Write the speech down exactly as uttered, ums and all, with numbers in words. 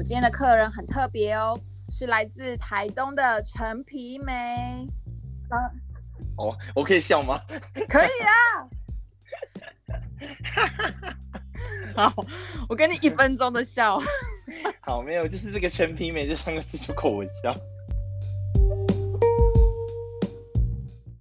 今天的客人很特别哦，是来自台东的陈皮梅。啊、 哦，我可以笑吗？ 可以啊。好，我给你一分钟的笑。 好，没有，就是这个陈皮梅这三个字就够我笑。